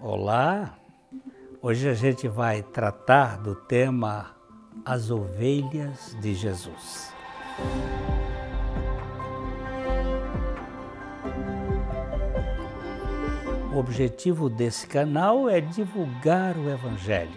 Olá! Hoje a gente vai tratar do tema As Ovelhas de Jesus. O objetivo desse canal é divulgar o Evangelho.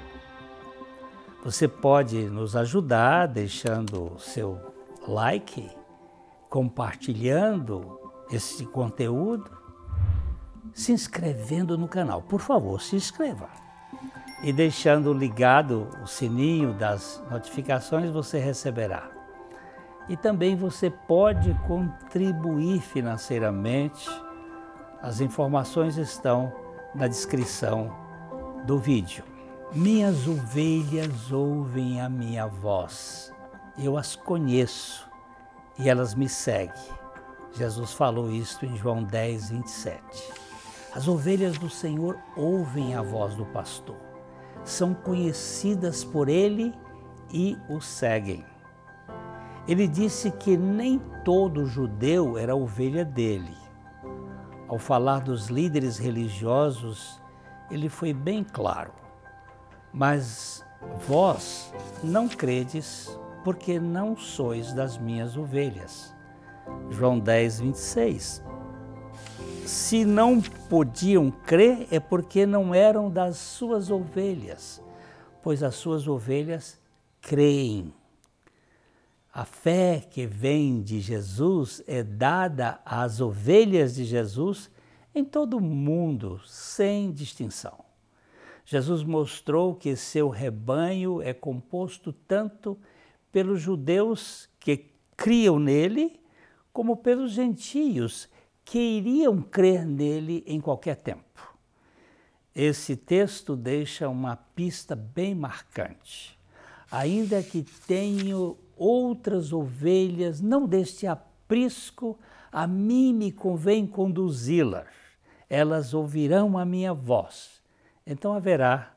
Você pode nos ajudar deixando seu like, compartilhando esse conteúdo, se inscrevendo no canal. Por favor, se inscreva. E deixando ligado o sininho das notificações, você receberá. E também você pode contribuir financeiramente. As informações estão na descrição do vídeo. Minhas ovelhas ouvem a minha voz. Eu as conheço e elas me seguem. Jesus falou isso em João 10, 27. As ovelhas do Senhor ouvem a voz do pastor. São conhecidas por ele e o seguem. Ele disse que nem todo judeu era ovelha dele. Ao falar dos líderes religiosos, ele foi bem claro. Mas vós não credes, porque não sois das minhas ovelhas. João 10, 26. Se não podiam crer, é porque não eram das suas ovelhas, pois as suas ovelhas creem. A fé que vem de Jesus é dada às ovelhas de Jesus em todo o mundo, sem distinção. Jesus mostrou que seu rebanho é composto tanto pelos judeus que criam nele, como pelos gentios que iriam crer nele em qualquer tempo. Esse texto deixa uma pista bem marcante. Ainda que tenho outras ovelhas, não deste aprisco, a mim me convém conduzi-las. Elas ouvirão a minha voz. Então haverá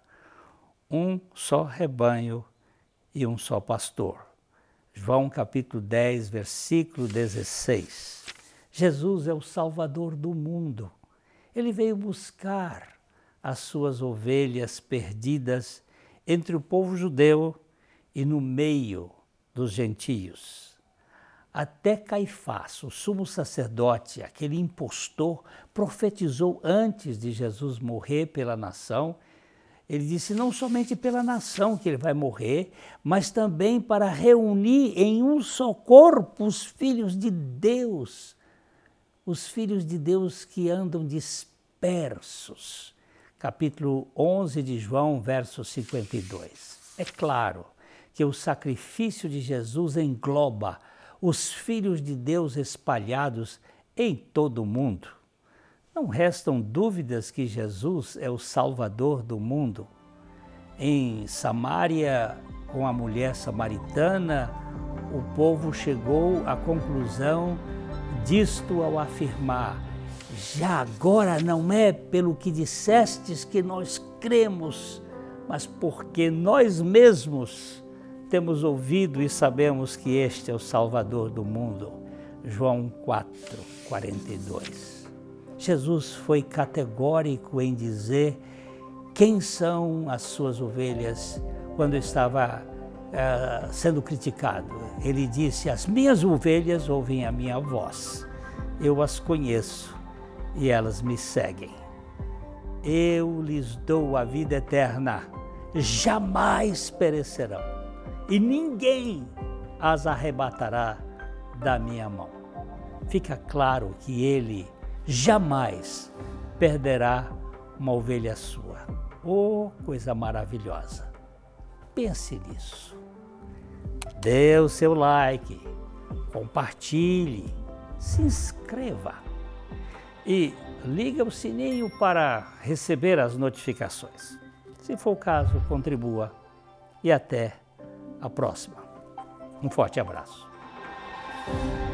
um só rebanho e um só pastor. João capítulo 10, versículo 16. Jesus é o Salvador do mundo. Ele veio buscar as suas ovelhas perdidas entre o povo judeu e no meio dos gentios. Até Caifás, o sumo sacerdote, aquele impostor, profetizou antes de Jesus morrer pela nação. Ele disse não somente pela nação que ele vai morrer, mas também para reunir em um só corpo os filhos de Deus. Os filhos de Deus que andam dispersos. Capítulo 11 de João, verso 52. É claro que o sacrifício de Jesus engloba os filhos de Deus espalhados em todo o mundo. Não restam dúvidas que Jesus é o Salvador do mundo. Em Samaria, com a mulher samaritana, o povo chegou à conclusão disto ao afirmar: já agora não é pelo que dissestes que nós cremos, mas porque nós mesmos temos ouvido e sabemos que este é o Salvador do mundo. João 4, 42. Jesus foi categórico em dizer quem são as suas ovelhas quando estava sendo criticado. Ele disse: as minhas ovelhas ouvem a minha voz, eu as conheço e elas me seguem. Eu lhes dou a vida eterna, jamais perecerão, e ninguém as arrebatará da minha mão. Fica claro que ele jamais perderá uma ovelha sua. Oh, coisa maravilhosa! Pense nisso. Dê o seu like, compartilhe, se inscreva e ligue o sininho para receber as notificações. Se for o caso, contribua e até a próxima. Um forte abraço.